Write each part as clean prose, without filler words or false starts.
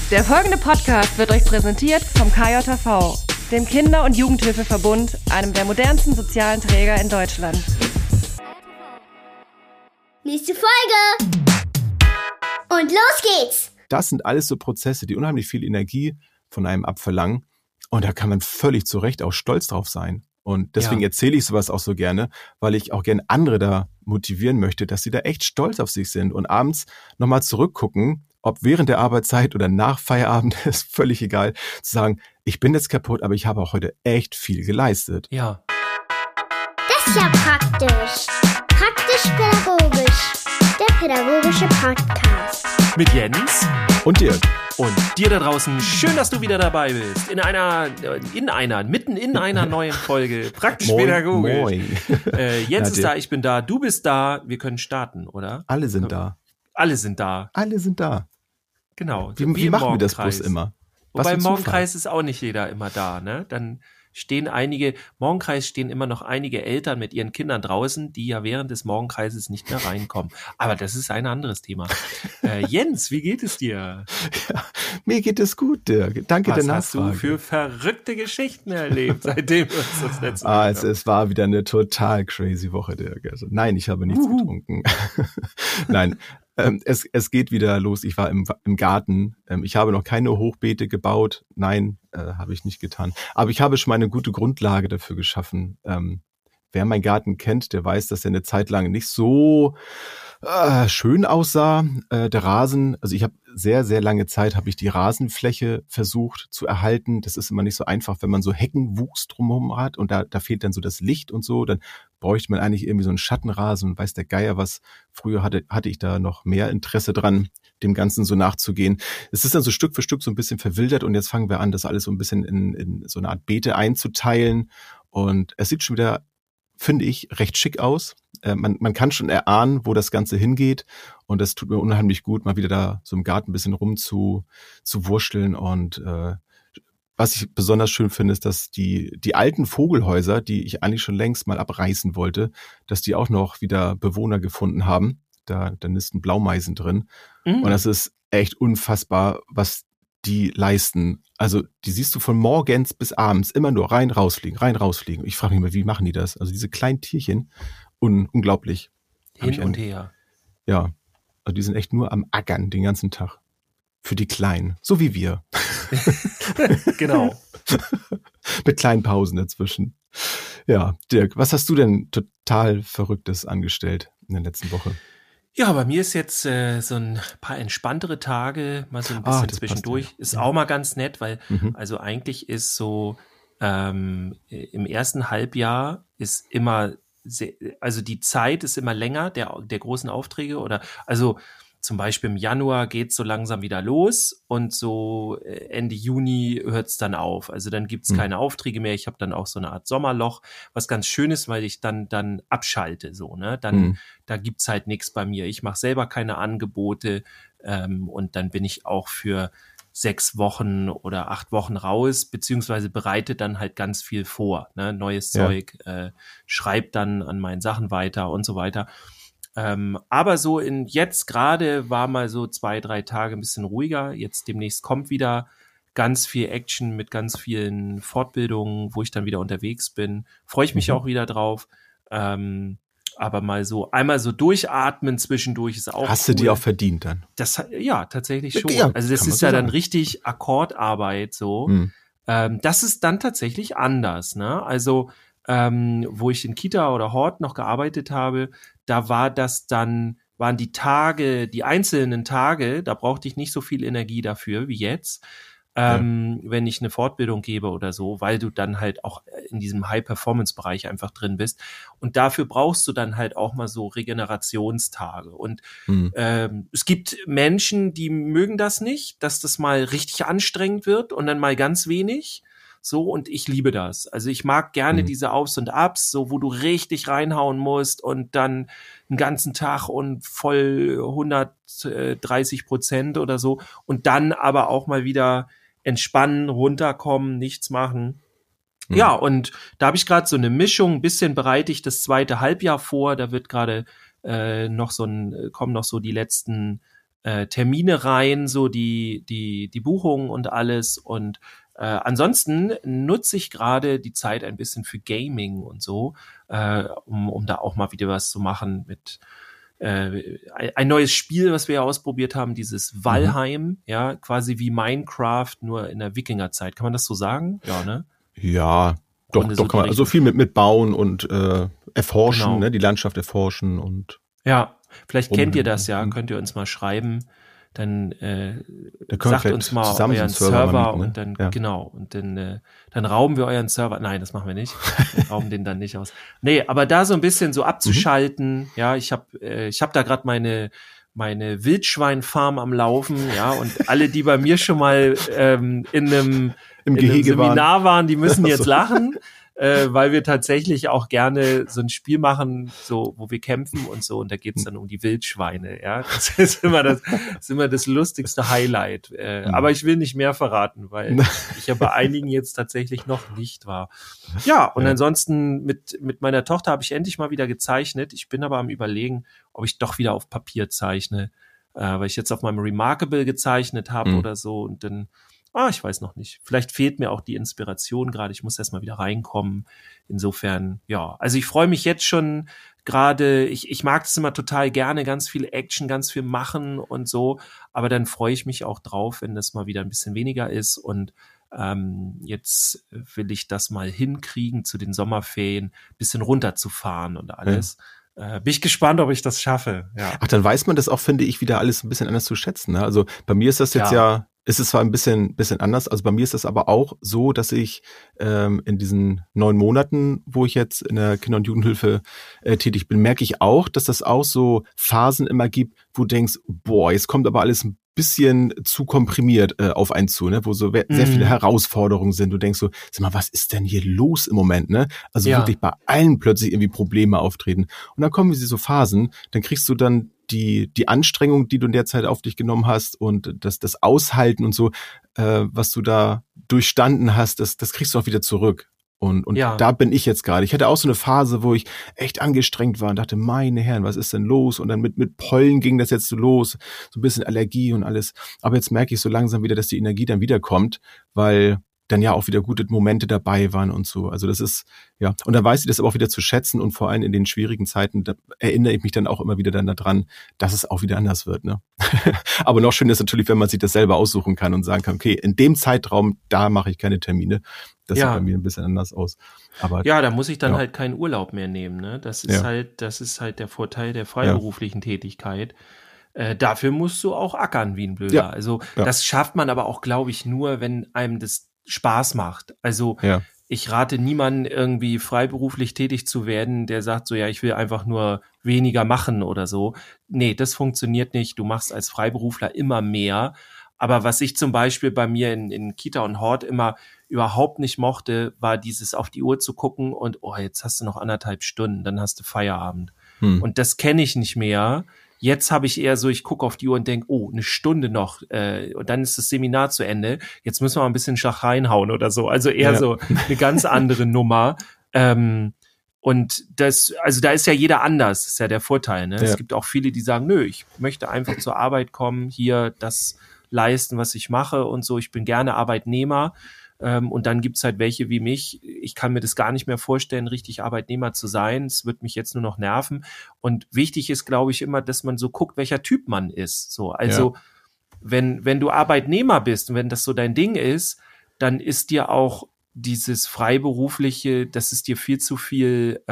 Der folgende Podcast wird euch präsentiert vom KJV, dem Kinder- und Jugendhilfeverbund, einem der modernsten sozialen Träger in Deutschland. Nächste Folge! Und los geht's! Das sind alles so Prozesse, die unheimlich viel Energie von einem abverlangen. Und da kann man völlig zu Recht auch stolz drauf sein. Und deswegen erzähle ich sowas auch so gerne, weil ich auch gerne andere da motivieren möchte, dass sie da echt stolz auf sich sind und abends nochmal zurückgucken, ob während der Arbeitszeit oder nach Feierabend, ist völlig egal, zu sagen, ich bin jetzt kaputt, aber ich habe auch heute echt viel geleistet. Ja. Das ist ja praktisch. Praktisch-pädagogisch. Der pädagogische Podcast. Mit Jens Und Dirk. und dir da draußen. Schön, dass du wieder dabei bist. Mitten in einer neuen Folge. Praktisch-pädagogisch. Moin. Jens ist da, ich bin da, du bist da. Wir können starten, oder? Alle sind da. Alle sind da. Alle sind da. Genau. Wie im machen wir das Morgenkreis. bloß immer? Wobei im für ein Morgenkreis ist auch nicht jeder immer da, ne? Dann Morgenkreis stehen immer noch einige Eltern mit ihren Kindern draußen, die ja während des Morgenkreises nicht mehr reinkommen. Aber das ist ein anderes Thema. Jens, wie geht es dir? Ja, mir geht es gut, Dirk. Danke der Was hast Nachfrage. du für verrückte Geschichten erlebt, seitdem wir uns das letzte Mal Es war wieder eine total crazy Woche, Dirk. Also, nein, ich habe nichts getrunken. Nein, es geht wieder los. Ich war im Garten. Ich habe noch keine Hochbeete gebaut. Nein, habe ich nicht getan. Aber ich habe schon mal eine gute Grundlage dafür geschaffen. Wer meinen Garten kennt, der weiß, dass er eine Zeit lang nicht so schön aussah. Der Rasen, also ich habe sehr, sehr lange Zeit habe ich die Rasenfläche versucht zu erhalten. Das ist immer nicht so einfach, wenn man so Heckenwuchs drumherum hat und da fehlt dann so das Licht und so, dann bräuchte man eigentlich irgendwie so einen Schattenrasen und weiß der Geier was. Früher hatte ich da noch mehr Interesse dran, dem Ganzen so nachzugehen. Es ist dann so Stück für Stück so ein bisschen verwildert und jetzt fangen wir an, das alles so ein bisschen in so eine Art Beete einzuteilen und es sieht schon wieder, finde ich, recht schick aus. Man kann schon erahnen, wo das Ganze hingeht und das tut mir unheimlich gut, mal wieder da so im Garten ein bisschen rum zu wurschteln und was ich besonders schön finde, ist, dass die alten Vogelhäuser, die ich eigentlich schon längst mal abreißen wollte, dass die auch noch wieder Bewohner gefunden haben. Da nisten Blaumeisen drin und das ist echt unfassbar, was die leisten. Also die siehst du von morgens bis abends immer nur rein, rausfliegen. Ich frage mich immer, wie machen die das? Also diese kleinen Tierchen, unglaublich. Hin und her. Ja, also die sind echt nur am Ackern den ganzen Tag. Für die Kleinen, so wie wir. Genau. Mit kleinen Pausen dazwischen. Ja, Dirk, was hast du denn total Verrücktes angestellt in der letzten Woche? Ja, bei mir ist jetzt so ein paar entspanntere Tage, mal so ein bisschen das zwischendurch. passt, ja. Ist auch mal ganz nett, weil also eigentlich ist so im ersten Halbjahr ist immer also die Zeit ist immer länger der großen Aufträge oder also zum Beispiel im Januar geht's so langsam wieder los und so Ende Juni hört's dann auf. Also dann gibt's keine Aufträge mehr. Ich habe dann auch so eine Art Sommerloch, was ganz schön ist, weil ich dann abschalte so, ne? Dann da gibt's halt nichts bei mir. Ich mache selber keine Angebote und dann bin ich auch für 6 Wochen oder 8 Wochen raus, beziehungsweise bereite dann halt ganz viel vor, ne? Neues Zeug, schreib dann an meinen Sachen weiter und so weiter. Aber so jetzt gerade war mal so 2, 3 Tage ein bisschen ruhiger. Jetzt demnächst kommt wieder ganz viel Action mit ganz vielen Fortbildungen, wo ich dann wieder unterwegs bin. Freue ich mich auch wieder drauf. Aber mal so, einmal so durchatmen zwischendurch ist auch Hast cool. du die auch verdient dann? Ja, tatsächlich schon. Ja, also das kann man ist so ja dann sagen. richtig Akkordarbeit so. Das ist dann tatsächlich anders, ne? Also wo ich in Kita oder Hort noch gearbeitet habe, da waren die einzelnen Tage, da brauchte ich nicht so viel Energie dafür wie jetzt, wenn ich eine Fortbildung gebe oder so, weil du dann halt auch in diesem High-Performance-Bereich einfach drin bist. Und dafür brauchst du dann halt auch mal so Regenerationstage. Und es gibt Menschen, die mögen das nicht, dass das mal richtig anstrengend wird und dann mal ganz wenig. So, und ich liebe das. Also ich mag gerne diese Aufs und Abs, so wo du richtig reinhauen musst und dann einen ganzen Tag und voll 130% oder so und dann aber auch mal wieder entspannen, runterkommen, nichts machen. Ja, und da habe ich gerade so eine Mischung, ein bisschen bereite ich das zweite Halbjahr vor, da wird gerade kommen noch so die letzten Termine rein, so die Buchungen und alles. Und ansonsten nutze ich gerade die Zeit ein bisschen für Gaming und so, um da auch mal wieder was zu machen mit ein neues Spiel, was wir ja ausprobiert haben, dieses Valheim, ja, quasi wie Minecraft, nur in der Wikingerzeit. Kann man das so sagen? Ja, ne? Ja, doch kann man. Also viel mit Bauen und erforschen, Genau. ne, die Landschaft erforschen und ja, vielleicht kennt ihr das ja, könnt ihr uns mal schreiben. Dann sagt uns mal euren Server und dann genau und dann rauben wir euren Server. Nein, das machen wir nicht. Wir rauben den dann nicht aus. Nee, aber da so ein bisschen so abzuschalten. Ja, ich hab da gerade meine Wildschweinfarm am Laufen. Ja, und alle, die bei mir schon mal in einem Seminar waren, die müssen jetzt lachen. Weil wir tatsächlich auch gerne so ein Spiel machen, so wo wir kämpfen und so, und da geht's dann um die Wildschweine, ja. Das ist immer das lustigste Highlight. Aber ich will nicht mehr verraten, weil ich ja bei einigen jetzt tatsächlich noch nicht war. Ja, und ansonsten mit meiner Tochter habe ich endlich mal wieder gezeichnet. Ich bin aber am Überlegen, ob ich doch wieder auf Papier zeichne, weil ich jetzt auf meinem Remarkable gezeichnet habe oder so, und dann ich weiß noch nicht. Vielleicht fehlt mir auch die Inspiration gerade. Ich muss erst mal wieder reinkommen. Insofern, ja. Also ich freue mich jetzt schon gerade. Ich mag das immer total gerne. Ganz viel Action, ganz viel machen und so. Aber dann freue ich mich auch drauf, wenn das mal wieder ein bisschen weniger ist. Und jetzt will ich das mal hinkriegen, zu den Sommerferien ein bisschen runterzufahren und alles. Bin ich gespannt, ob ich das schaffe. Ja. Ach, dann weiß man das auch, finde ich, wieder alles ein bisschen anders zu schätzen. Ne? Also bei mir ist das jetzt ist es zwar ein bisschen anders, also bei mir ist das aber auch so, dass ich in diesen 9 Monaten, wo ich jetzt in der Kinder- und Jugendhilfe tätig bin, merke ich auch, dass das auch so Phasen immer gibt, wo du denkst, boah, jetzt kommt aber alles ein bisschen zu komprimiert auf einen zu, ne, wo so sehr viele Herausforderungen sind. Du denkst so, sag mal, was ist denn hier los im Moment, ne? Also wirklich bei allen plötzlich irgendwie Probleme auftreten. Und dann kommen diese so Phasen, dann kriegst du dann die Anstrengung, die du in der Zeit auf dich genommen hast und das Aushalten und so, was du da durchstanden hast, das kriegst du auch wieder zurück. Und da bin ich jetzt gerade. Ich hatte auch so eine Phase, wo ich echt angestrengt war und dachte, meine Herren, was ist denn los? Und dann mit Pollen ging das jetzt so los, so ein bisschen Allergie und alles. Aber jetzt merke ich so langsam wieder, dass die Energie dann wiederkommt, weil dann ja auch wieder gute Momente dabei waren und so. Also das ist, ja, und dann weiß ich das aber auch wieder zu schätzen, und vor allem in den schwierigen Zeiten, da erinnere ich mich dann auch immer wieder dann daran, dass es auch wieder anders wird, ne? Aber noch schöner ist natürlich, wenn man sich das selber aussuchen kann und sagen kann, okay, in dem Zeitraum, da mache ich keine Termine. Das sieht bei mir ein bisschen anders aus. Aber ja, da muss ich dann halt keinen Urlaub mehr nehmen, ne? Das ist halt der Vorteil der freiberuflichen Tätigkeit. Dafür musst du auch ackern wie ein Blöder. Ja. Also das schafft man aber auch, glaube ich, nur, wenn einem das Spaß macht. Also ich rate niemanden, irgendwie freiberuflich tätig zu werden, der sagt so, ja, ich will einfach nur weniger machen oder so. Nee, das funktioniert nicht. Du machst als Freiberufler immer mehr. Aber was ich zum Beispiel bei mir in Kita und Hort immer überhaupt nicht mochte, war dieses auf die Uhr zu gucken und jetzt hast du noch 1,5 Stunden, dann hast du Feierabend. Und das kenne ich nicht mehr. Jetzt habe ich eher so, ich gucke auf die Uhr und denke, 1 Stunde noch, und dann ist das Seminar zu Ende. Jetzt müssen wir mal ein bisschen Schach reinhauen oder so. Also eher so eine ganz andere Nummer. Und das, also da ist ja jeder anders, ist ja der Vorteil, ne? Es gibt auch viele, die sagen, nö, ich möchte einfach zur Arbeit kommen, hier das leisten, was ich mache und so. Ich bin gerne Arbeitnehmer. Und dann gibt's halt welche wie mich. Ich kann mir das gar nicht mehr vorstellen, richtig Arbeitnehmer zu sein. Es wird mich jetzt nur noch nerven. Und wichtig ist, glaube ich, immer, dass man so guckt, welcher Typ man ist. So, also wenn du Arbeitnehmer bist und wenn das so dein Ding ist, dann ist dir auch dieses Freiberufliche, das ist dir viel zu viel,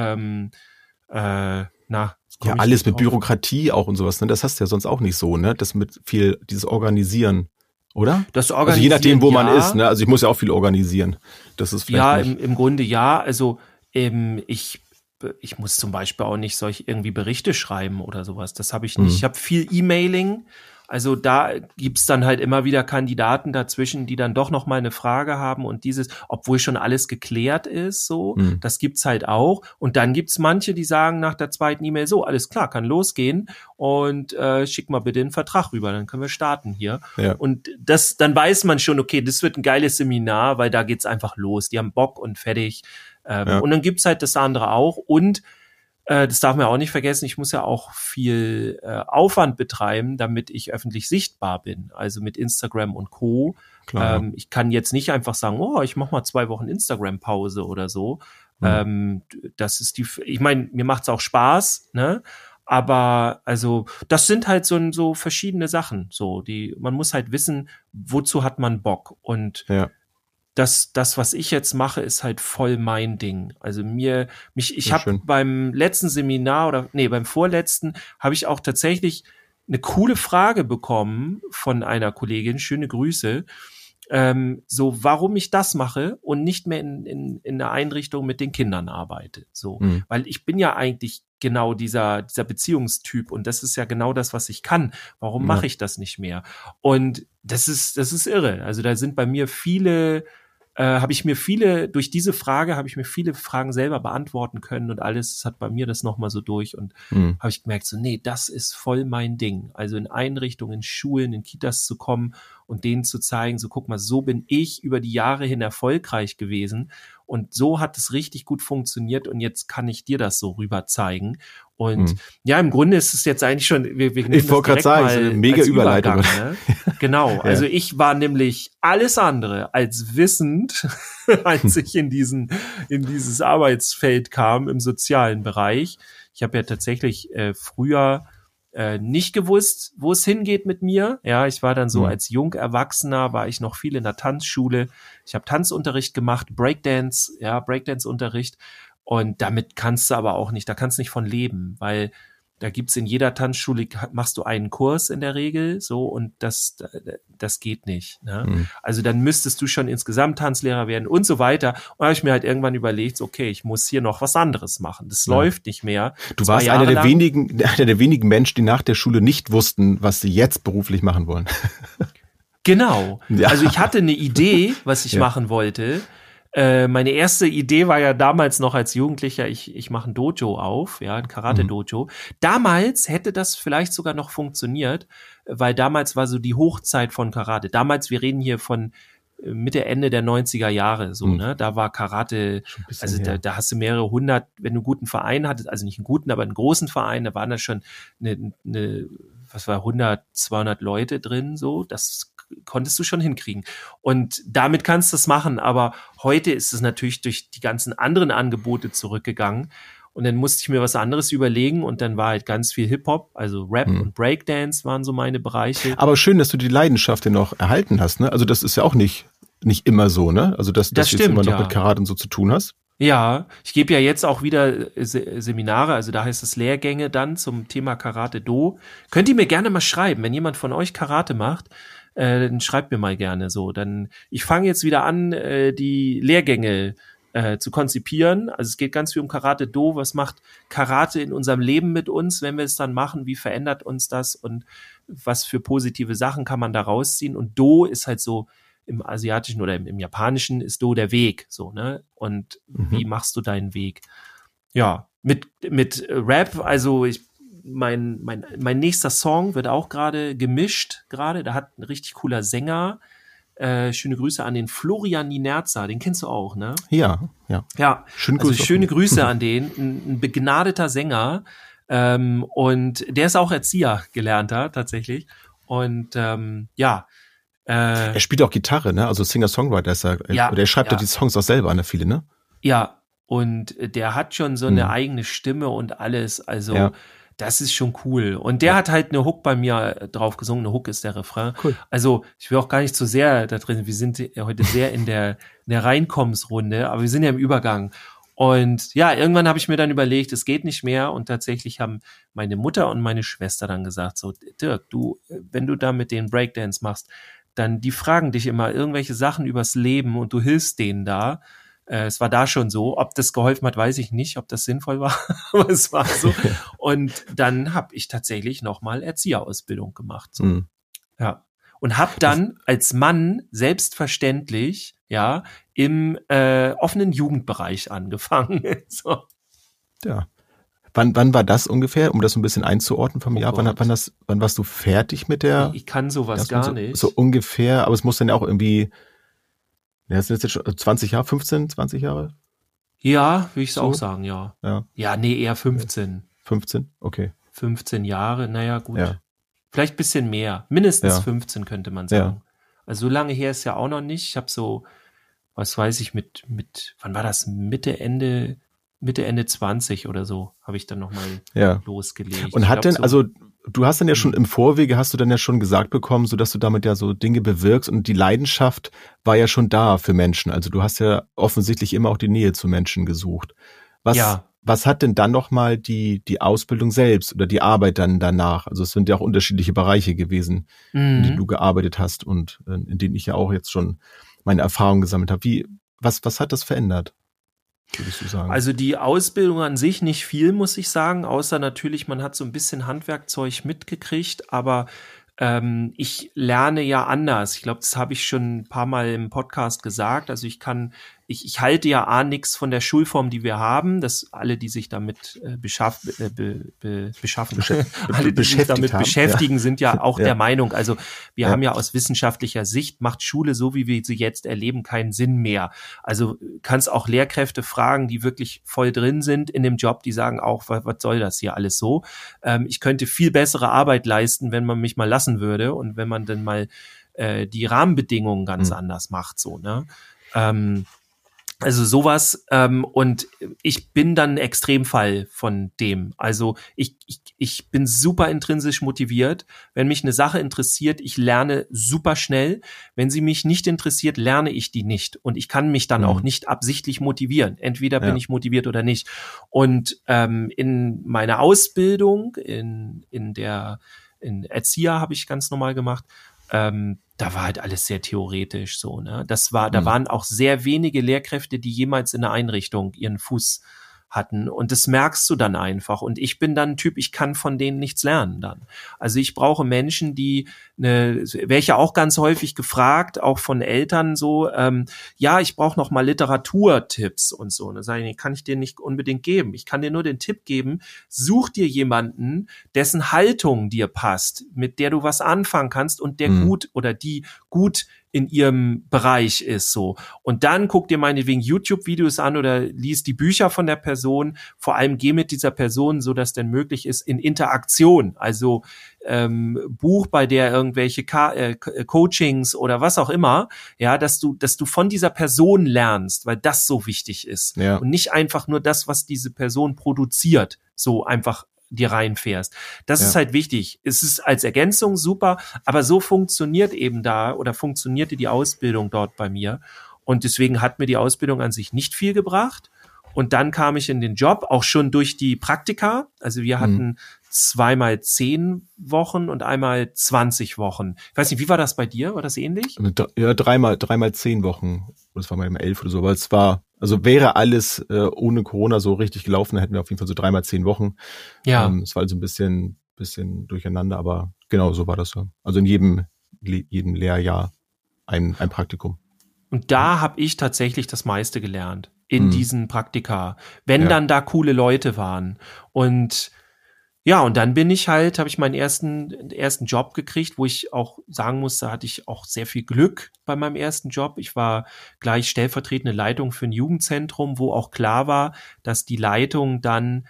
alles mit Bürokratie auch und sowas, ne? Das hast du ja sonst auch nicht so, ne? Das mit viel, dieses Organisieren. Oder? Also je nachdem, wo man ist, ne? Also ich muss ja auch viel organisieren. Das ist vielleicht im Grunde ja. Also ich muss zum Beispiel auch nicht solche irgendwie Berichte schreiben oder sowas. Das habe ich nicht. Ich habe viel E-Mailing. Also da gibt's dann halt immer wieder Kandidaten dazwischen, die dann doch noch mal eine Frage haben und dieses, obwohl schon alles geklärt ist, so, das gibt's halt auch. Und dann gibt's manche, die sagen nach der zweiten E-Mail, so, alles klar, kann losgehen und schick mal bitte einen Vertrag rüber, dann können wir starten hier. Ja. Und das, dann weiß man schon, okay, das wird ein geiles Seminar, weil da geht's einfach los. Die haben Bock und fertig. Und dann gibt's halt das andere auch. Und das darf man auch nicht vergessen, ich muss ja auch viel Aufwand betreiben, damit ich öffentlich sichtbar bin, also mit Instagram und Co. Klar. Ich kann jetzt nicht einfach sagen, ich mache mal 2 Wochen Instagram-Pause oder so. Das ist ich meine, mir macht's auch Spaß, ne? Aber also das sind halt so verschiedene Sachen, so man muss halt wissen, wozu hat man Bock. Und das, was ich jetzt mache, ist halt voll mein Ding. Also ich habe beim letzten Seminar beim vorletzten habe ich auch tatsächlich eine coole Frage bekommen von einer Kollegin, schöne Grüße, warum ich das mache und nicht mehr in einer Einrichtung mit den Kindern arbeite. Weil ich bin ja eigentlich genau dieser Beziehungstyp und das ist ja genau das, was ich kann. Warum mache ich das nicht mehr? Und das ist irre. Also da sind bei mir durch diese Frage habe ich mir viele Fragen selber beantworten können und alles. Das hat bei mir das nochmal so durch und habe ich gemerkt, nee, das ist voll mein Ding. Also in Einrichtungen, in Schulen, in Kitas zu kommen und denen zu zeigen, so guck mal, so bin ich über die Jahre hin erfolgreich gewesen und so hat es richtig gut funktioniert und jetzt kann ich dir das so rüber zeigen. Und im Grunde ist es jetzt eigentlich schon, ich wollte gerade sagen, eine mega Überleitung. Ne? Genau, also ich war nämlich alles andere als wissend, als ich in dieses Arbeitsfeld kam im sozialen Bereich. Ich habe ja tatsächlich früher nicht gewusst, wo es hingeht mit mir. Ja, ich war dann so als Jungerwachsener, war ich noch viel in der Tanzschule. Ich habe Tanzunterricht gemacht, Breakdance-Unterricht. Und damit kannst du aber auch nicht, da kannst du nicht von leben, weil da gibt's in jeder Tanzschule, machst du einen Kurs in der Regel, so, und das geht nicht, ne? Also dann müsstest du schon insgesamt Tanzlehrer werden und so weiter. Und da habe ich mir halt irgendwann überlegt, okay, ich muss hier noch was anderes machen. Das läuft nicht mehr. Du warst einer der wenigen Menschen, die nach der Schule nicht wussten, was sie jetzt beruflich machen wollen. Genau. Ja. Also ich hatte eine Idee, was ich machen wollte. Meine erste Idee war ja damals noch als Jugendlicher, ich mache ein Dojo auf, ein Karate-Dojo. Damals hätte das vielleicht sogar noch funktioniert, weil damals war so die Hochzeit von Karate. Damals, wir reden hier von Mitte, Ende der 90er Jahre, ne? Da war Karate, also da hast du mehrere hundert, wenn du einen guten Verein hattest, also nicht einen guten, aber einen großen Verein, da waren da schon 100, 200 Leute drin, so, das konntest du schon hinkriegen. Und damit kannst du es machen, aber heute ist es natürlich durch die ganzen anderen Angebote zurückgegangen und dann musste ich mir was anderes überlegen und dann war halt ganz viel Hip-Hop, also Rap und Breakdance waren so meine Bereiche. Aber schön, dass du die Leidenschaft ja noch erhalten hast, ne? Also das ist ja auch nicht immer so, ne? Also dass du jetzt immer noch mit Karate und so zu tun hast. Ja, ich gebe ja jetzt auch wieder Seminare, also da heißt es Lehrgänge dann zum Thema Karate-Do. Könnt ihr mir gerne mal schreiben, wenn jemand von euch Karate macht, dann schreibt mir mal gerne so. Ich fange jetzt wieder an, die Lehrgänge zu konzipieren. Also es geht ganz viel um Karate-Do. Was macht Karate in unserem Leben mit uns, wenn wir es dann machen? Wie verändert uns das? Und was für positive Sachen kann man da rausziehen? Und Do ist halt so, im Asiatischen oder im Japanischen ist Do der Weg, so, ne? Und wie machst du deinen Weg? Ja, mit Rap, also mein nächster Song wird auch gerade gemischt, da hat ein richtig cooler Sänger, schöne Grüße an den Florian Ninerza, den kennst du auch, ne? Ja. Schöne Grüße an den, ein begnadeter Sänger, und der ist auch Erzieher gelernter, tatsächlich, und er spielt auch Gitarre, ne? Also Singer-Songwriter ist er. Ja, oder er schreibt doch die Songs auch selber, ne? Viele, ne? Ja, und der hat schon so eine eigene Stimme und alles. Also das ist schon cool. Und der hat halt eine Hook bei mir drauf gesungen. Eine Hook ist der Refrain. Cool. Also ich will auch gar nicht so sehr da drin. Wir sind heute sehr in der Reinkommensrunde, aber wir sind ja im Übergang. Und ja, irgendwann habe ich mir dann überlegt, es geht nicht mehr. Und tatsächlich haben meine Mutter und meine Schwester dann gesagt, so Dirk, wenn du da mit den Breakdance machst, dann die fragen dich immer irgendwelche Sachen übers Leben und du hilfst denen da. Es war da schon so. Ob das geholfen hat, weiß ich nicht, ob das sinnvoll war, aber es war so. Und dann habe ich tatsächlich nochmal Erzieherausbildung gemacht. So. Ja. Und habe dann als Mann selbstverständlich im offenen Jugendbereich angefangen. So. Ja. Wann war das ungefähr, um das so ein bisschen einzuordnen vom Jahr? Wann warst du fertig mit der? Ich kann sowas gar nicht. So ungefähr, aber es muss dann ja auch irgendwie, das sind jetzt schon 20 Jahre, 15, 20 Jahre? Ja, würde ich So? auch sagen, ja. Ja. Ja, nee, eher 15. 15? Okay. 15 Jahre, naja, gut. Ja. Vielleicht ein bisschen mehr. Mindestens Ja. 15 könnte man Ja. sagen. Also so lange her ist ja auch noch nicht. Ich habe so, was weiß ich, mit, wann war das? Mitte, Ende 20 oder so, habe ich dann nochmal Ja. losgelegt. Und Ich hat glaub, denn, so, also du hast dann ja schon im Vorwege, hast du dann ja schon gesagt bekommen, so dass du damit ja so Dinge bewirkst und die Leidenschaft war ja schon da für Menschen. Also du hast ja offensichtlich immer auch die Nähe zu Menschen gesucht. Was hat denn dann nochmal die Ausbildung selbst oder die Arbeit dann danach? Also es sind ja auch unterschiedliche Bereiche gewesen, in denen du gearbeitet hast und in denen ich ja auch jetzt schon meine Erfahrungen gesammelt habe. Was hat das verändert, würdest du sagen? Also die Ausbildung an sich nicht viel, muss ich sagen, außer natürlich, man hat so ein bisschen Handwerkzeug mitgekriegt, aber ich lerne ja anders. Ich glaube, das habe ich schon ein paar Mal im Podcast gesagt. Also ich halte ja nichts von der Schulform, die wir haben. Das alle, die sich damit beschäftigen, sind ja auch der Meinung. Also wir haben ja aus wissenschaftlicher Sicht, macht Schule so, wie wir sie jetzt erleben, keinen Sinn mehr. Also kannst auch Lehrkräfte fragen, die wirklich voll drin sind in dem Job, die sagen auch, was soll das hier alles so? Ich könnte viel bessere Arbeit leisten, wenn man mich mal lassen würde und wenn man dann mal die Rahmenbedingungen ganz anders macht, so, ne? Also sowas, und ich bin dann ein Extremfall von dem. Also ich bin super intrinsisch motiviert. Wenn mich eine Sache interessiert, ich lerne super schnell. Wenn sie mich nicht interessiert, lerne ich die nicht. Und ich kann mich dann auch nicht absichtlich motivieren. Entweder bin ich motiviert oder nicht. Und in meiner Ausbildung, in Erzieher habe ich ganz normal gemacht, da war halt alles sehr theoretisch so, ne? Da waren auch sehr wenige Lehrkräfte, die jemals in einer Einrichtung ihren Fuß hatten. Und das merkst du dann einfach. Und ich bin dann ein Typ, ich kann von denen nichts lernen dann. Also ich brauche Menschen, welche auch ganz häufig gefragt, auch von Eltern so, ich brauche noch mal Literaturtipps und so. Und dann sage ich, kann ich dir nicht unbedingt geben. Ich kann dir nur den Tipp geben, such dir jemanden, dessen Haltung dir passt, mit der du was anfangen kannst und der gut oder die gut in ihrem Bereich ist, so. Und dann guck dir meinetwegen YouTube-Videos an oder lies die Bücher von der Person. Vor allem geh mit dieser Person, so dass denn möglich ist, in Interaktion. Also Buch, bei der irgendwelche Coachings oder was auch immer, ja, dass du von dieser Person lernst, weil das so wichtig ist. Ja. Und nicht einfach nur das, was diese Person produziert, so einfach dir reinfährst. Das ist halt wichtig. Es ist als Ergänzung super, aber so funktionierte die Ausbildung dort bei mir. Und deswegen hat mir die Ausbildung an sich nicht viel gebracht. Und dann kam ich in den Job, auch schon durch die Praktika. Also wir hatten 2-mal 10 Wochen und einmal 20 Wochen. Ich weiß nicht, wie war das bei dir? War das ähnlich? Ja, 3-mal 10 Wochen. Das war mal 11 oder so. Aber es war, also wäre alles ohne Corona so richtig gelaufen, dann hätten wir auf jeden Fall so 3-mal 10 Wochen. Ja. Es war also ein bisschen durcheinander, aber genau so war das so. Also in jedem Lehrjahr ein Praktikum. Und da habe ich tatsächlich das meiste gelernt in diesen Praktika, wenn dann da coole Leute waren. Und ja, und dann habe ich meinen ersten Job gekriegt, wo ich auch sagen musste, hatte ich auch sehr viel Glück bei meinem ersten Job. Ich war gleich stellvertretende Leitung für ein Jugendzentrum, wo auch klar war, dass die Leitung dann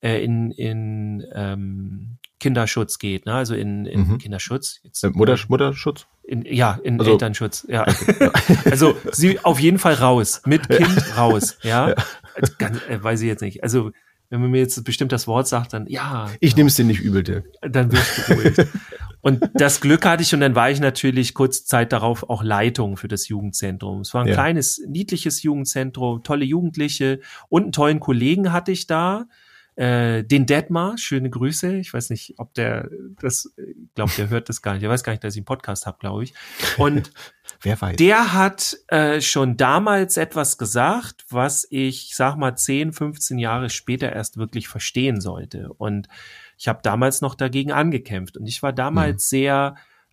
in Kinderschutz geht, ne? Also in Kinderschutz. Jetzt, Mutterschutz? in Elternschutz, ja. Also sie auf jeden Fall raus, mit Kind raus, ja. Weiß ich jetzt nicht. Also wenn man mir jetzt bestimmt das Wort sagt, dann ja. Ich nehme es dir nicht übel, Dirk. Dann wirst du beruhigt. Und das Glück hatte ich und dann war ich natürlich kurz Zeit darauf auch Leitung für das Jugendzentrum. Es war ein kleines, niedliches Jugendzentrum, tolle Jugendliche und einen tollen Kollegen hatte ich da. Den Detmar, schöne Grüße. Ich weiß nicht, ob der hört das gar nicht. Der weiß gar nicht, dass ich einen Podcast habe, glaube ich. Und wer weiß. Der hat schon damals etwas gesagt, was ich, sag mal, 10, 15 Jahre später erst wirklich verstehen sollte. Und ich habe damals noch dagegen angekämpft. Und ich war damals ich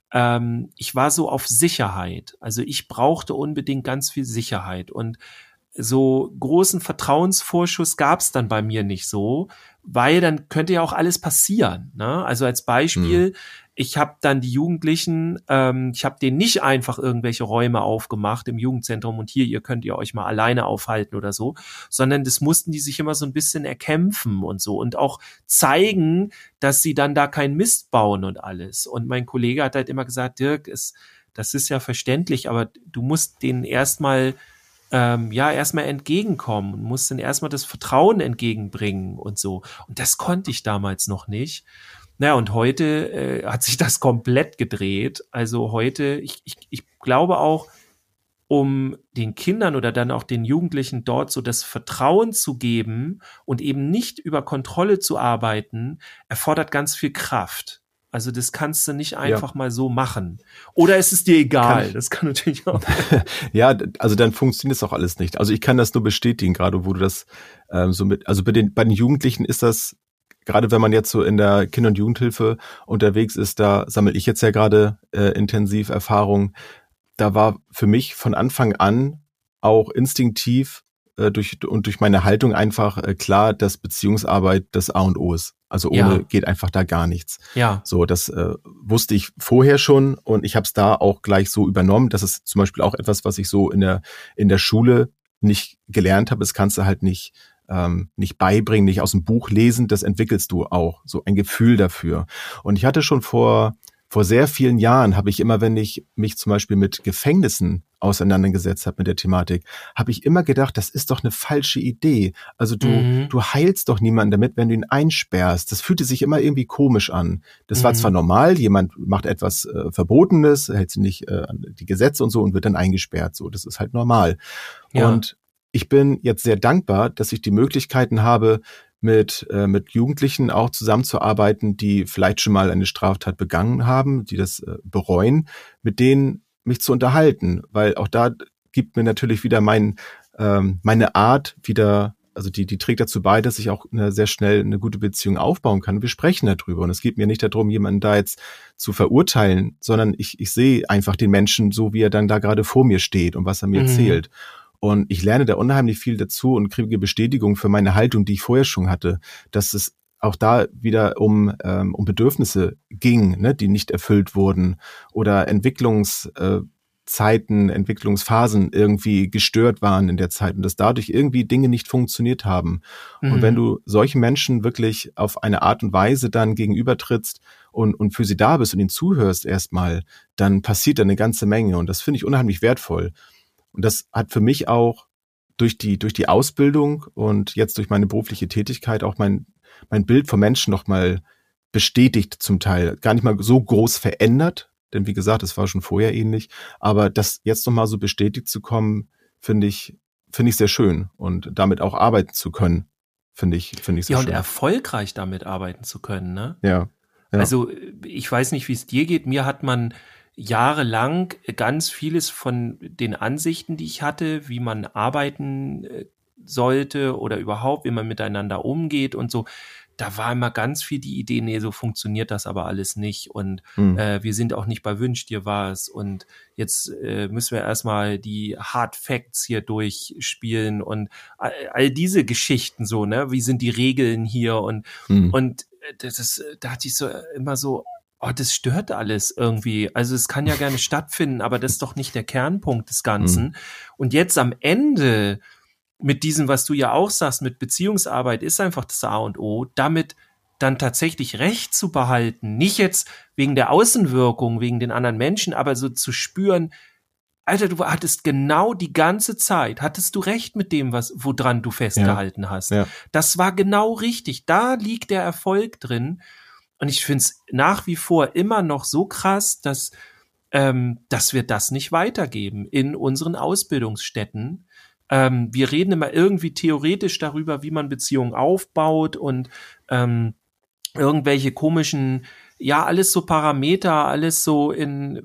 war so auf Sicherheit. Also ich brauchte unbedingt ganz viel Sicherheit. Und so großen Vertrauensvorschuss gab's dann bei mir nicht so, weil dann könnte ja auch alles passieren, ne? Also als Beispiel, ich habe dann die Jugendlichen, ich habe denen nicht einfach irgendwelche Räume aufgemacht im Jugendzentrum und hier, ihr könnt ihr euch mal alleine aufhalten oder so, sondern das mussten die sich immer so ein bisschen erkämpfen und so und auch zeigen, dass sie dann da keinen Mist bauen und alles. Und mein Kollege hat halt immer gesagt, Dirk, das ist ja verständlich, aber du musst denen erstmal entgegenkommen und musst denen erstmal das Vertrauen entgegenbringen und so. Und das konnte ich damals noch nicht. Naja, und heute hat sich das komplett gedreht. Also heute, ich glaube auch, um den Kindern oder dann auch den Jugendlichen dort so das Vertrauen zu geben und eben nicht über Kontrolle zu arbeiten, erfordert ganz viel Kraft. Also das kannst du nicht einfach mal so machen. Oder ist es dir egal? Das kann natürlich auch. Ja, also dann funktioniert das auch alles nicht. Also ich kann das nur bestätigen, gerade wo du das so mit, also bei den Jugendlichen ist das, gerade wenn man jetzt so in der Kinder- und Jugendhilfe unterwegs ist, da sammle ich jetzt ja gerade intensiv Erfahrung. Da war für mich von Anfang an auch instinktiv durch meine Haltung einfach klar, dass Beziehungsarbeit das A und O ist. Also ohne geht einfach da gar nichts. Ja. So, das wusste ich vorher schon und ich habe es da auch gleich so übernommen. Das ist zum Beispiel auch etwas, was ich so in der Schule nicht gelernt habe. Das kannst du halt nicht beibringen, nicht aus dem Buch lesen. Das entwickelst du auch, so ein Gefühl dafür. Und ich hatte schon vor sehr vielen Jahren, habe ich immer, wenn ich mich zum Beispiel mit Gefängnissen auseinandergesetzt habe mit der Thematik, habe ich immer gedacht, das ist doch eine falsche Idee. Also du heilst doch niemanden damit, wenn du ihn einsperrst. Das fühlte sich immer irgendwie komisch an. Das war zwar normal, jemand macht etwas Verbotenes, hält sich nicht an die Gesetze und so und wird dann eingesperrt. So, das ist halt normal. Ja. Und ich bin jetzt sehr dankbar, dass ich die Möglichkeiten habe, mit Jugendlichen auch zusammenzuarbeiten, die vielleicht schon mal eine Straftat begangen haben, die das bereuen, mit denen mich zu unterhalten, weil auch da gibt mir natürlich wieder meine Art wieder, also die trägt dazu bei, dass ich auch sehr schnell eine gute Beziehung aufbauen kann. Wir sprechen darüber und es geht mir nicht darum, jemanden da jetzt zu verurteilen, sondern ich sehe einfach den Menschen so, wie er dann da gerade vor mir steht und was er mir erzählt. Und ich lerne da unheimlich viel dazu und kriege Bestätigung für meine Haltung, die ich vorher schon hatte, dass es auch da wieder um Bedürfnisse ging, ne, die nicht erfüllt wurden oder Entwicklungsphasen irgendwie gestört waren in der Zeit und dass dadurch irgendwie Dinge nicht funktioniert haben. Und wenn du solchen Menschen wirklich auf eine Art und Weise dann gegenübertrittst und für sie da bist und ihnen zuhörst erstmal, dann passiert da eine ganze Menge und das finde ich unheimlich wertvoll. Und das hat für mich auch durch die Ausbildung und jetzt durch meine berufliche Tätigkeit auch mein Bild vom Menschen nochmal bestätigt zum Teil. Gar nicht mal so groß verändert, denn wie gesagt, es war schon vorher ähnlich. Aber das jetzt nochmal so bestätigt zu kommen, finde ich sehr schön. Und damit auch arbeiten zu können, finde ich sehr schön. Ja, und erfolgreich damit arbeiten zu können, ne? Ja. Also ich weiß nicht, wie es dir geht. Mir hat man jahrelang ganz vieles von den Ansichten, die ich hatte, wie man arbeiten sollte oder überhaupt, wie man miteinander umgeht und so, da war immer ganz viel die Idee, nee, so funktioniert das aber alles nicht und wir sind auch nicht bei Wünsch dir was und jetzt müssen wir erstmal die Hard Facts hier durchspielen und all diese Geschichten so, ne, wie sind die Regeln hier und da hatte ich so immer so, oh, das stört alles irgendwie. Also es kann ja gerne stattfinden, aber das ist doch nicht der Kernpunkt des Ganzen. Und jetzt am Ende mit diesem, was du ja auch sagst, mit Beziehungsarbeit ist einfach das A und O, damit dann tatsächlich Recht zu behalten. Nicht jetzt wegen der Außenwirkung, wegen den anderen Menschen, aber so zu spüren, Alter, du hattest genau die ganze Zeit, hattest du recht mit dem, woran du festgehalten hast. Ja. Das war genau richtig. Da liegt der Erfolg drin. Und ich finde es nach wie vor immer noch so krass, dass wir das nicht weitergeben in unseren Ausbildungsstätten. Wir reden immer irgendwie theoretisch darüber, wie man Beziehungen aufbaut und irgendwelche komischen, ja, alles so Parameter, alles so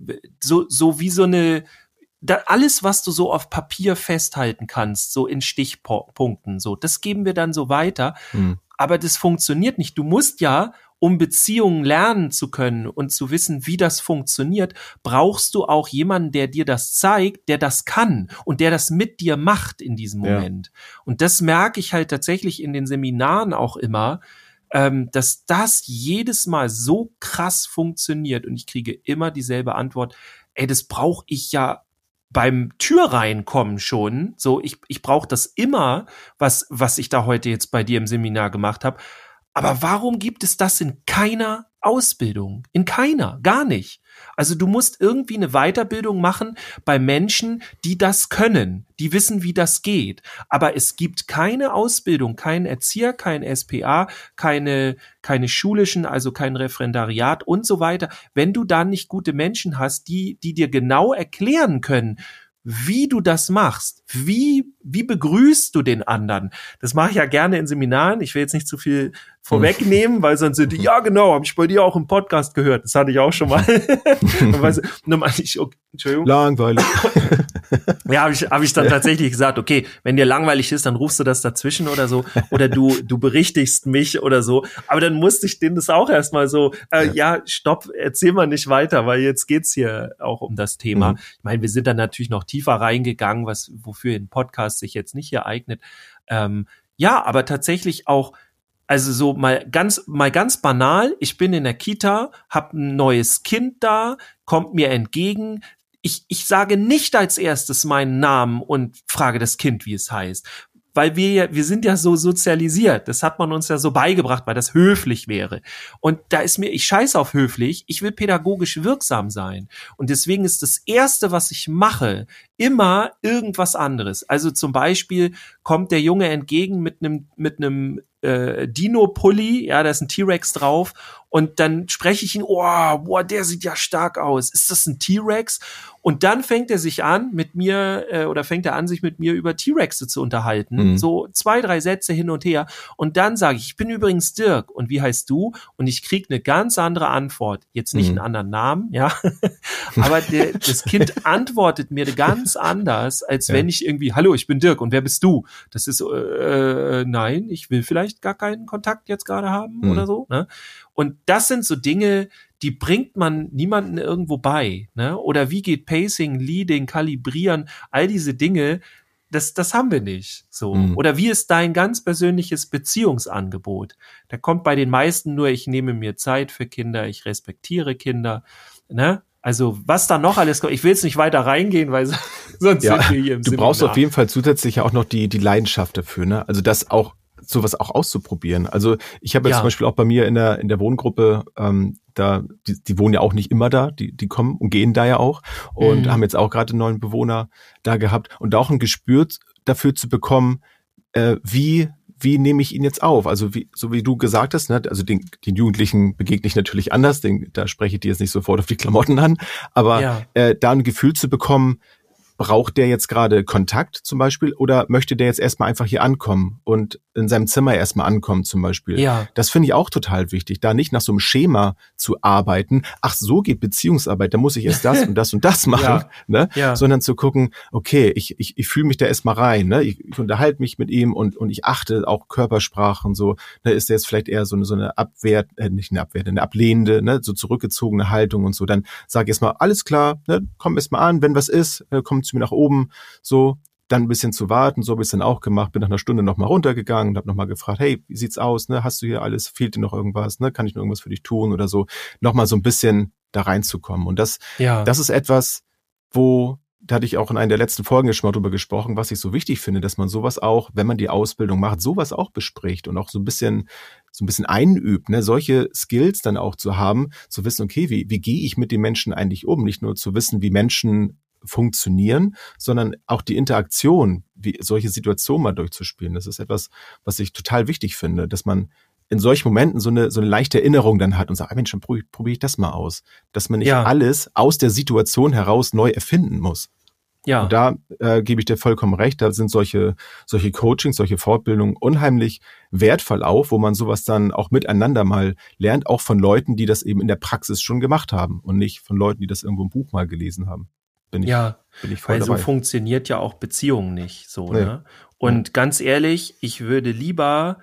so wie so eine, alles, was du so auf Papier festhalten kannst, so in Stichpunkten, so, das geben wir dann so weiter. Aber das funktioniert nicht. Du musst ja, um Beziehungen lernen zu können und zu wissen, wie das funktioniert, brauchst du auch jemanden, der dir das zeigt, der das kann und der das mit dir macht in diesem Moment. Und das merke ich halt tatsächlich in den Seminaren auch immer, dass das jedes Mal so krass funktioniert und ich kriege immer dieselbe Antwort, das brauche ich ja beim Türreinkommen schon, so ich brauche das immer, was ich da heute jetzt bei dir im Seminar gemacht habe, aber warum gibt es das in keiner Ausbildung? In keiner, gar nicht. Also du musst irgendwie eine Weiterbildung machen bei Menschen, die das können, die wissen, wie das geht. Aber es gibt keine Ausbildung, keinen Erzieher, kein SPA, keine schulischen, also kein Referendariat und so weiter. Wenn du da nicht gute Menschen hast, die dir genau erklären können, wie du das machst, wie begrüßt du den anderen? Das mache ich ja gerne in Seminaren. Ich will jetzt nicht zu viel vorwegnehmen, weil sonst sind die, ja genau, habe ich bei dir auch im Podcast gehört. Das hatte ich auch schon mal. Entschuldigung. Langweilig. Ja, hab ich dann tatsächlich gesagt, okay, wenn dir langweilig ist, dann rufst du das dazwischen oder so. Oder du berichtigst mich oder so. Aber dann musste ich denen das auch erstmal so, ja, stopp, erzähl mal nicht weiter, weil jetzt geht's hier auch um das Thema. Ich meine, wir sind dann natürlich noch tiefer reingegangen, wofür ein Podcast sich jetzt nicht hier eignet. Ja, aber tatsächlich auch, also so mal ganz banal, ich bin in der Kita, hab ein neues Kind da, kommt mir entgegen. Ich sage nicht als erstes meinen Namen und frage das Kind, wie es heißt. Weil wir sind ja so sozialisiert. Das hat man uns ja so beigebracht, weil das höflich wäre. Und da ist ich scheiß auf höflich. Ich will pädagogisch wirksam sein. Und deswegen ist das Erste, was ich mache, immer irgendwas anderes. Also zum Beispiel kommt der Junge entgegen mit einem Dino-Pulli, ja, da ist ein T-Rex drauf und dann spreche ich ihn, boah, der sieht ja stark aus. Ist das ein T-Rex? Und dann fängt er an, sich mit mir über T-Rexe zu unterhalten. So 2, 3 Sätze hin und her. Und dann sage ich bin übrigens Dirk. Und wie heißt du? Und ich kriege eine ganz andere Antwort. Jetzt nicht einen anderen Namen, ja. Aber das Kind antwortet mir ganz anders, als wenn ich irgendwie, hallo, ich bin Dirk und wer bist du? Das ist, nein, ich will vielleicht gar keinen Kontakt jetzt gerade haben oder so, ne? Und das sind so Dinge, die bringt man niemandem irgendwo bei, ne? Oder wie geht Pacing, Leading, Kalibrieren, all diese Dinge, das haben wir nicht, so. Oder wie ist dein ganz persönliches Beziehungsangebot? Da kommt bei den meisten nur, ich nehme mir Zeit für Kinder, ich respektiere Kinder, ne? Also was da noch alles kommt, ich will jetzt nicht weiter reingehen, weil sonst sind wir hier im Seminar. Du brauchst auf jeden Fall zusätzlich auch noch die Leidenschaft dafür, ne? Also das auch, sowas auch auszuprobieren. Also ich habe jetzt zum Beispiel auch bei mir in der Wohngruppe, die wohnen ja auch nicht immer da, die kommen und gehen da ja auch und haben jetzt auch gerade einen neuen Bewohner da gehabt und auch ein Gespür dafür zu bekommen, wie nehme ich ihn jetzt auf? Also so wie du gesagt hast, ne? Also den Jugendlichen begegne ich natürlich anders, da spreche ich dir jetzt nicht sofort auf die Klamotten an, aber da ein Gefühl zu bekommen, braucht der jetzt gerade Kontakt zum Beispiel oder möchte der jetzt erstmal einfach hier ankommen und in seinem Zimmer erstmal ankommen zum Beispiel? Ja. Das finde ich auch total wichtig, da nicht nach so einem Schema zu arbeiten. Ach, so geht Beziehungsarbeit, da muss ich erst das und das und das machen, ne? Sondern zu gucken, okay, ich fühle mich da erstmal rein, ne? Ich unterhalte mich mit ihm und ich achte auch Körpersprachen so, ne? Ist der jetzt vielleicht eher so eine eine ablehnende, ne? So zurückgezogene Haltung und so, dann sag ich erstmal, alles klar, ne? Komm erstmal an, wenn was ist, komm zu mir nach oben, so, dann ein bisschen zu warten, so habe ich es dann auch gemacht, bin nach einer Stunde nochmal runtergegangen und habe nochmal gefragt, hey, wie sieht's aus, ne, hast du hier alles, fehlt dir noch irgendwas, ne, kann ich noch irgendwas für dich tun oder so, nochmal so ein bisschen da reinzukommen und das ist etwas, da hatte ich auch in einer der letzten Folgen schon mal drüber gesprochen, was ich so wichtig finde, dass man sowas auch, wenn man die Ausbildung macht, sowas auch bespricht und auch so ein bisschen einübt, ne, solche Skills dann auch zu haben, zu wissen, okay, wie gehe ich mit den Menschen eigentlich um, nicht nur zu wissen, wie Menschen funktionieren, sondern auch die Interaktion, wie solche Situationen mal durchzuspielen. Das ist etwas, was ich total wichtig finde, dass man in solchen Momenten so eine leichte Erinnerung dann hat und sagt, Mensch, dann probiere ich das mal aus. Dass man nicht alles aus der Situation heraus neu erfinden muss. Ja. Und da gebe ich dir vollkommen recht, da sind solche Coachings, solche Fortbildungen unheimlich wertvoll auch, wo man sowas dann auch miteinander mal lernt, auch von Leuten, die das eben in der Praxis schon gemacht haben und nicht von Leuten, die das irgendwo im Buch mal gelesen haben. Bin ich voll weil dabei. so funktioniert ja auch Beziehungen nicht so, ne? Und ganz ehrlich, ich würde lieber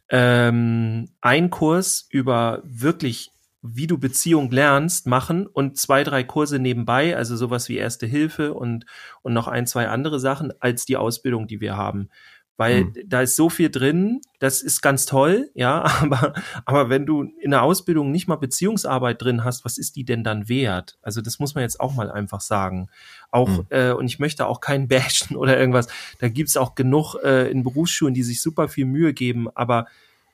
einen Kurs über wirklich, wie du Beziehung lernst, machen und 2, 3 Kurse nebenbei, also sowas wie Erste Hilfe und noch 1, 2 andere Sachen als die Ausbildung, die wir haben. Weil da ist so viel drin, das ist ganz toll, ja, aber wenn du in der Ausbildung nicht mal Beziehungsarbeit drin hast, was ist die denn dann wert? Also das muss man jetzt auch mal einfach sagen. Auch, und ich möchte auch keinen bashen oder irgendwas, da gibt's auch genug in Berufsschulen, die sich super viel Mühe geben, aber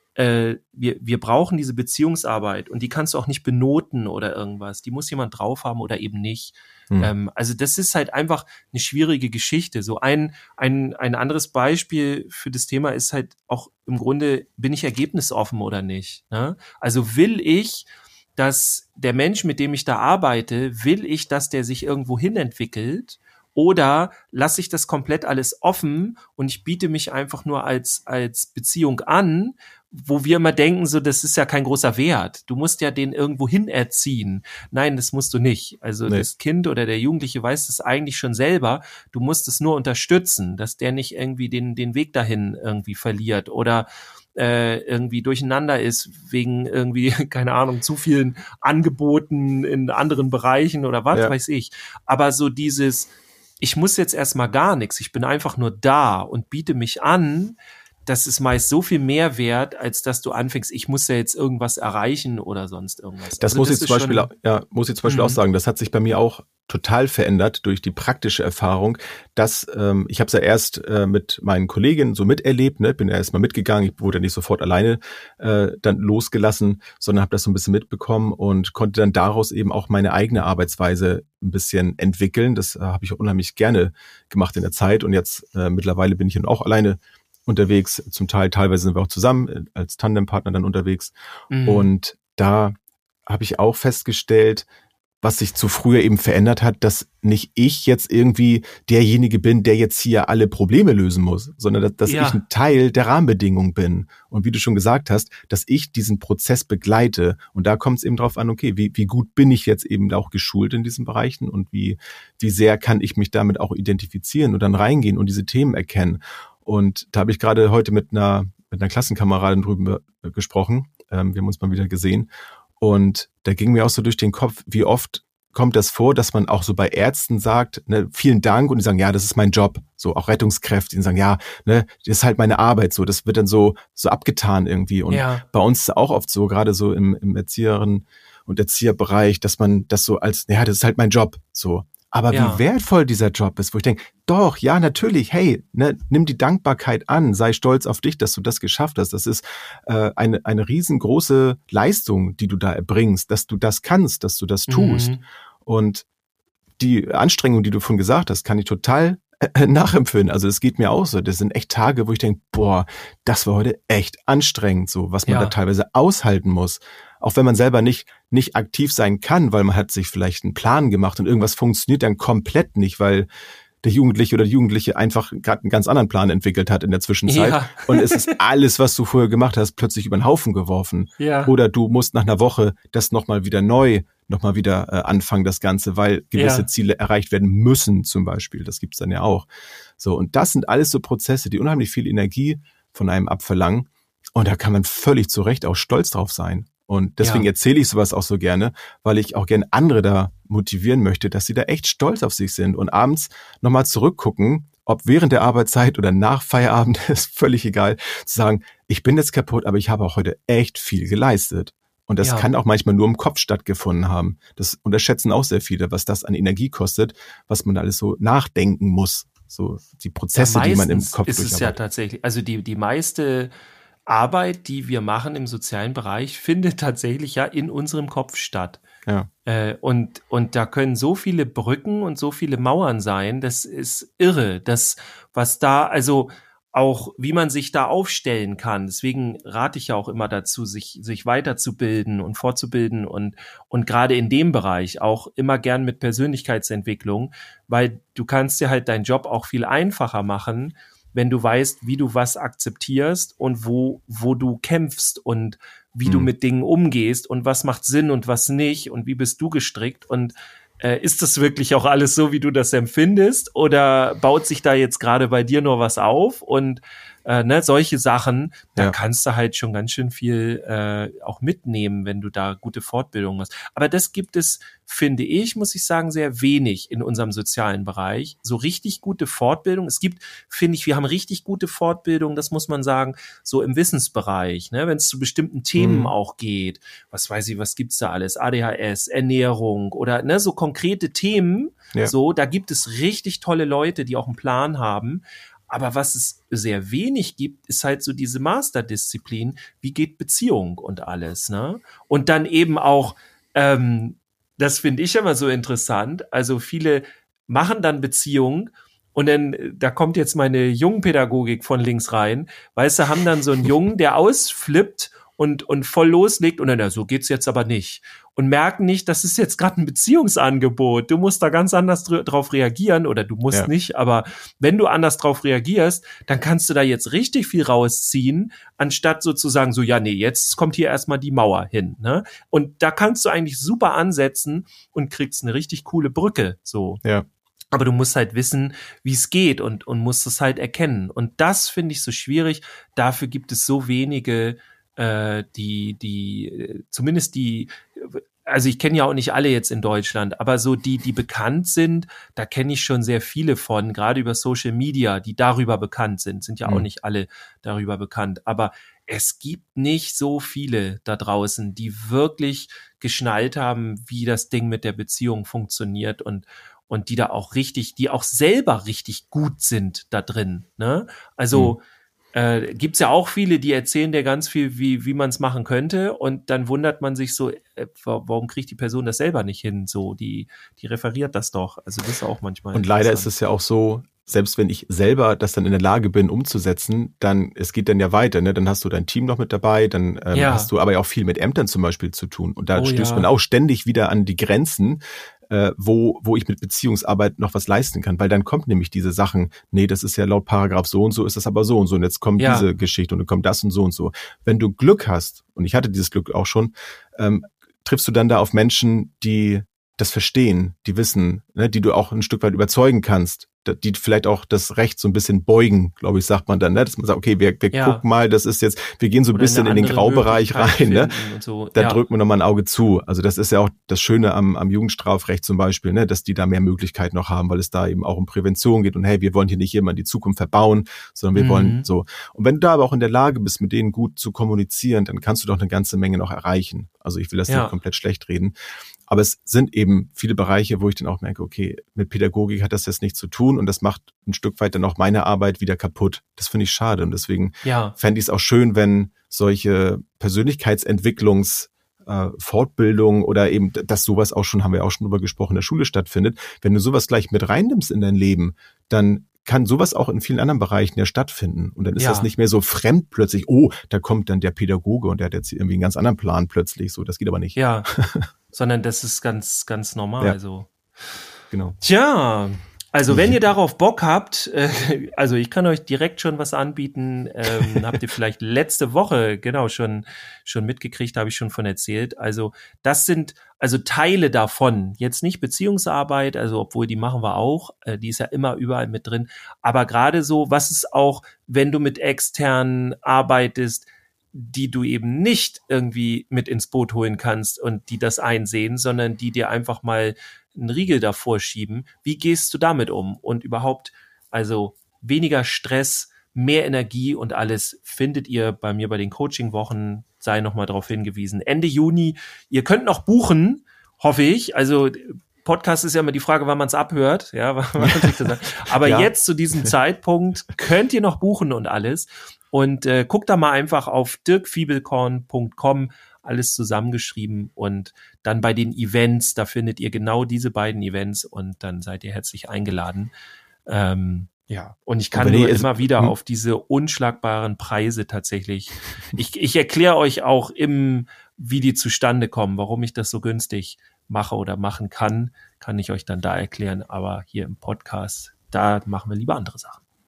wir brauchen diese Beziehungsarbeit und die kannst du auch nicht benoten oder irgendwas. Die muss jemand drauf haben oder eben nicht. Also das ist halt einfach eine schwierige Geschichte. So ein anderes Beispiel für das Thema ist halt auch im Grunde, bin ich ergebnisoffen oder nicht? Ne? Also will ich, dass der Mensch, mit dem ich da arbeite, will ich, dass der sich irgendwo hin entwickelt? Oder lasse ich das komplett alles offen und ich biete mich einfach nur als Beziehung an, wo wir immer denken, so, das ist ja kein großer Wert. Du musst ja den irgendwo hin erziehen. Nein, das musst du nicht. Also das Kind oder der Jugendliche weiß das eigentlich schon selber. Du musst es nur unterstützen, dass der nicht irgendwie den Weg dahin irgendwie verliert oder irgendwie durcheinander ist wegen irgendwie, keine Ahnung, zu vielen Angeboten in anderen Bereichen oder was weiß ich. Aber so dieses, ich muss jetzt erstmal gar nichts, ich bin einfach nur da und biete mich an, das ist meist so viel mehr wert, als dass du anfängst, ich muss ja jetzt irgendwas erreichen oder sonst irgendwas. Das muss ich zum Beispiel auch sagen, das hat sich bei mir auch total verändert durch die praktische Erfahrung, dass ich habe es ja erst mit meinen Kolleginnen so miterlebt, ne, bin ja erst mal mitgegangen, ich wurde nicht sofort alleine dann losgelassen, sondern habe das so ein bisschen mitbekommen und konnte dann daraus eben auch meine eigene Arbeitsweise ein bisschen entwickeln. Das habe ich auch unheimlich gerne gemacht in der Zeit und jetzt mittlerweile bin ich dann auch alleine unterwegs, teilweise sind wir auch zusammen als Tandempartner dann unterwegs. Und da habe ich auch festgestellt, was sich zu früher eben verändert hat, dass nicht ich jetzt irgendwie derjenige bin, der jetzt hier alle Probleme lösen muss, sondern dass ich ein Teil der Rahmenbedingungen bin. Und wie du schon gesagt hast, dass ich diesen Prozess begleite. Und da kommt es eben drauf an, okay, wie gut bin ich jetzt eben auch geschult in diesen Bereichen und wie sehr kann ich mich damit auch identifizieren und dann reingehen und diese Themen erkennen. Und da habe ich gerade heute mit einer Klassenkameradin drüber gesprochen. Wir haben uns mal wieder gesehen. Und da ging mir auch so durch den Kopf, wie oft kommt das vor, dass man auch so bei Ärzten sagt, ne, vielen Dank, und die sagen, ja, das ist mein Job. So auch Rettungskräfte, die sagen, ja, ne, das ist halt meine Arbeit. So, das wird dann so abgetan irgendwie. Und bei uns ist es auch oft so, gerade so im Erzieherinnen- und Erzieherbereich, dass man das so als, ja, das ist halt mein Job. So. Aber wie wertvoll dieser Job ist, wo ich denke, doch, ja, natürlich, hey, ne, nimm die Dankbarkeit an, sei stolz auf dich, dass du das geschafft hast. Das ist eine riesengroße Leistung, die du da erbringst, dass du das kannst, dass du das tust. Und die Anstrengung, die du von gesagt hast, kann ich total nachempfinden. Also es geht mir auch so. Das sind echt Tage, wo ich denke, boah, das war heute echt anstrengend, so was man da teilweise aushalten muss. Auch wenn man selber nicht aktiv sein kann, weil man hat sich vielleicht einen Plan gemacht und irgendwas funktioniert dann komplett nicht, weil der Jugendliche oder die Jugendliche einfach gerade einen ganz anderen Plan entwickelt hat in der Zwischenzeit. Ja. Und es ist alles, was du vorher gemacht hast, plötzlich über den Haufen geworfen. Ja. Oder du musst nach einer Woche das nochmal wieder anfangen, das Ganze, weil gewisse Ziele erreicht werden müssen zum Beispiel. Das gibt's dann ja auch. So, und das sind alles so Prozesse, die unheimlich viel Energie von einem abverlangen. Und da kann man völlig zu Recht auch stolz drauf sein. Und deswegen erzähle ich sowas auch so gerne, weil ich auch gerne andere da motivieren möchte, dass sie da echt stolz auf sich sind und abends nochmal zurückgucken, ob während der Arbeitszeit oder nach Feierabend, ist völlig egal, zu sagen, ich bin jetzt kaputt, aber ich habe auch heute echt viel geleistet. Und das kann auch manchmal nur im Kopf stattgefunden haben. Das unterschätzen auch sehr viele, was das an Energie kostet, was man alles so nachdenken muss. So die Prozesse, die man im Kopf durcharbeitet. Ist es ja tatsächlich, also die meiste Arbeit, die wir machen im sozialen Bereich, findet tatsächlich ja in unserem Kopf statt. Ja. Und da können so viele Brücken und so viele Mauern sein, das ist irre, das, was da, also auch, wie man sich da aufstellen kann. Deswegen rate ich ja auch immer dazu, sich weiterzubilden und fortzubilden und gerade in dem Bereich auch immer gern mit Persönlichkeitsentwicklung, weil du kannst dir halt deinen Job auch viel einfacher machen, wenn du weißt, wie du was akzeptierst und wo du kämpfst und wie du mit Dingen umgehst und was macht Sinn und was nicht und wie bist du gestrickt und ist das wirklich auch alles so, wie du das empfindest oder baut sich da jetzt gerade bei dir nur was auf und solche Sachen, da kannst du halt schon ganz schön viel auch mitnehmen, wenn du da gute Fortbildung hast. Aber das gibt es, finde ich, muss ich sagen, sehr wenig in unserem sozialen Bereich. So richtig gute Fortbildung. Es gibt, finde ich, wir haben richtig gute Fortbildung, das muss man sagen, so im Wissensbereich, ne, wenn es zu bestimmten Themen auch geht. Was weiß ich, was gibt's da alles? ADHS, Ernährung oder ne, so konkrete Themen. So, da gibt es richtig tolle Leute, die auch einen Plan haben. Aber was es sehr wenig gibt, ist halt so diese Masterdisziplin. Wie geht Beziehung und alles, ne? Und dann eben auch, das finde ich immer so interessant. Also viele machen dann Beziehung und dann, da kommt jetzt meine Jungenpädagogik von links rein. Weißt du, haben dann so einen Jungen, der ausflippt und voll loslegt und dann, ja, so geht's jetzt aber nicht. Und merken nicht, das ist jetzt gerade ein Beziehungsangebot. Du musst da ganz anders drauf reagieren oder du musst nicht, aber wenn du anders drauf reagierst, dann kannst du da jetzt richtig viel rausziehen, anstatt sozusagen so, ja, nee, jetzt kommt hier erstmal die Mauer hin, ne? Und da kannst du eigentlich super ansetzen und kriegst eine richtig coole Brücke, so. Ja. Aber du musst halt wissen, wie es geht und musst es halt erkennen. Und das finde ich so schwierig. Dafür gibt es so wenige, zumindest die, also ich kenne ja auch nicht alle jetzt in Deutschland, aber so die bekannt sind, da kenne ich schon sehr viele von, gerade über Social Media, die darüber bekannt sind ja auch nicht alle darüber bekannt, aber es gibt nicht so viele da draußen, die wirklich geschnallt haben, wie das Ding mit der Beziehung funktioniert und die da auch richtig, die auch selber richtig gut sind da drin, ne? Also gibt's ja auch viele, die erzählen dir ganz viel, wie man es machen könnte und dann wundert man sich so, warum kriegt die Person das selber nicht hin? So, die referiert das doch. Also das ist auch manchmal. Und leider ist es ja auch so, selbst wenn ich selber das dann in der Lage bin umzusetzen, dann, es geht dann ja weiter, ne? Dann hast du dein Team noch mit dabei, dann hast du aber ja auch viel mit Ämtern zum Beispiel zu tun und da stößt man auch ständig wieder an die Grenzen, wo ich mit Beziehungsarbeit noch was leisten kann, weil dann kommt nämlich diese Sachen, nee, das ist ja laut Paragraph so und so, ist das aber so und so und jetzt kommt diese Geschichte und dann kommt das und so und so. Wenn du Glück hast, und ich hatte dieses Glück auch schon, triffst du dann da auf Menschen, die das verstehen, die wissen, ne, die du auch ein Stück weit überzeugen kannst, die vielleicht auch das Recht so ein bisschen beugen, glaube ich, sagt man dann, ne? Dass man sagt, okay, wir gucken mal, das ist jetzt, wir gehen so ein bisschen in den Graubereich rein, ne? So. Da drückt man nochmal ein Auge zu. Also das ist ja auch das Schöne am Jugendstrafrecht zum Beispiel, ne? Dass die da mehr Möglichkeiten noch haben, weil es da eben auch um Prävention geht und hey, wir wollen hier nicht jemand die Zukunft verbauen, sondern wir wollen so. Und wenn du da aber auch in der Lage bist, mit denen gut zu kommunizieren, dann kannst du doch eine ganze Menge noch erreichen. Also ich will das nicht komplett schlecht reden. Aber es sind eben viele Bereiche, wo ich dann auch merke, okay, mit Pädagogik hat das jetzt nichts zu tun und das macht ein Stück weit dann auch meine Arbeit wieder kaputt. Das finde ich schade und deswegen fände ich es auch schön, wenn solche Persönlichkeitsentwicklungs-Fortbildung oder eben, dass sowas auch schon, haben wir auch schon drüber gesprochen, in der Schule stattfindet. Wenn du sowas gleich mit reinnimmst in dein Leben, dann kann sowas auch in vielen anderen Bereichen ja stattfinden. Und dann ist das nicht mehr so fremd plötzlich, oh, da kommt dann der Pädagoge und der hat jetzt irgendwie einen ganz anderen Plan plötzlich. So, das geht aber nicht. Ja, sondern das ist ganz, ganz normal so. Genau. Tja, also wenn ihr darauf Bock habt, also ich kann euch direkt schon was anbieten, habt ihr vielleicht letzte Woche, genau, schon mitgekriegt, habe ich schon von erzählt. Also das sind also Teile davon, jetzt nicht Beziehungsarbeit, also obwohl die machen wir auch, die ist ja immer überall mit drin, aber gerade so, was ist auch, wenn du mit externen arbeitest, die du eben nicht irgendwie mit ins Boot holen kannst und die das einsehen, sondern die dir einfach mal einen Riegel davor schieben. Wie gehst du damit um? Und überhaupt, also weniger Stress, mehr Energie und alles findet ihr bei mir bei den Coaching-Wochen, sei nochmal darauf hingewiesen. Ende Juni, ihr könnt noch buchen, hoffe ich, also Podcast ist ja immer die Frage, wann man es abhört, ja, wann man sich das sagt. Aber jetzt zu diesem Zeitpunkt könnt ihr noch buchen und alles. Und guckt da mal einfach auf dirkfiebelkorn.com, alles zusammengeschrieben und dann bei den Events, da findet ihr genau diese beiden Events und dann seid ihr herzlich eingeladen. Und ich kann nur immer wieder auf diese unschlagbaren Preise tatsächlich, ich erkläre euch auch wie die zustande kommen, warum ich das so günstig mache oder machen kann ich euch dann da erklären, aber hier im Podcast, da machen wir lieber andere Sachen.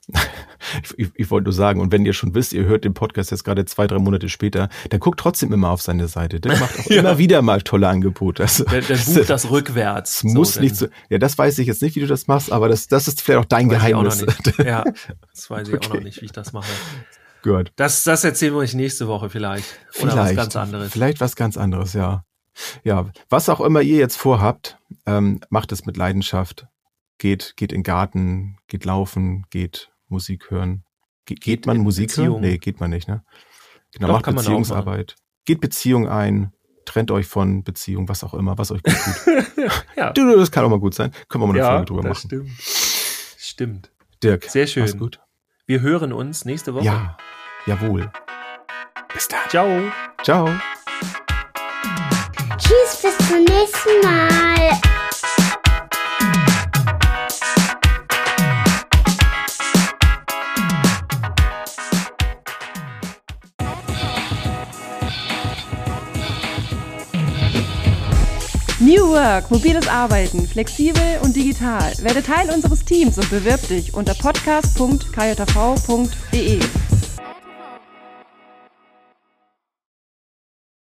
Ich wollte nur sagen, und wenn ihr schon wisst, ihr hört den Podcast jetzt gerade 2-3 Monate später, dann guckt trotzdem immer auf seine Seite. Der macht auch immer wieder mal tolle Angebote. Also, der bucht das rückwärts. Muss nicht so. Ja, das weiß ich jetzt nicht, wie du das machst, aber das ist vielleicht auch dein Geheimnis. Ja, das weiß ich auch noch nicht, wie ich das mache. Gut. Das erzählen wir euch nächste Woche vielleicht. Oder was ganz anderes. Vielleicht was ganz anderes, ja. Ja, was auch immer ihr jetzt vorhabt, macht es mit Leidenschaft. Geht in den Garten, geht laufen, geht Musik hören. Geht man Musik Beziehung. hören? Nee, geht man nicht, ne? Genau, Doch, macht kann man auch Beziehungsarbeit. Geht Beziehung ein, trennt euch von Beziehung, was auch immer, was euch gut tut. Ja. Das kann auch mal gut sein. Können wir mal eine Folge drüber das machen. Stimmt. Dirk, Sehr schön. mach's gut. Wir hören uns nächste Woche. Ja, jawohl. Bis dann. Ciao. Ciao. Tschüss, bis zum nächsten Mal. New Work, mobiles Arbeiten, flexibel und digital. Werde Teil unseres Teams und bewirb dich unter podcast.kjv.de.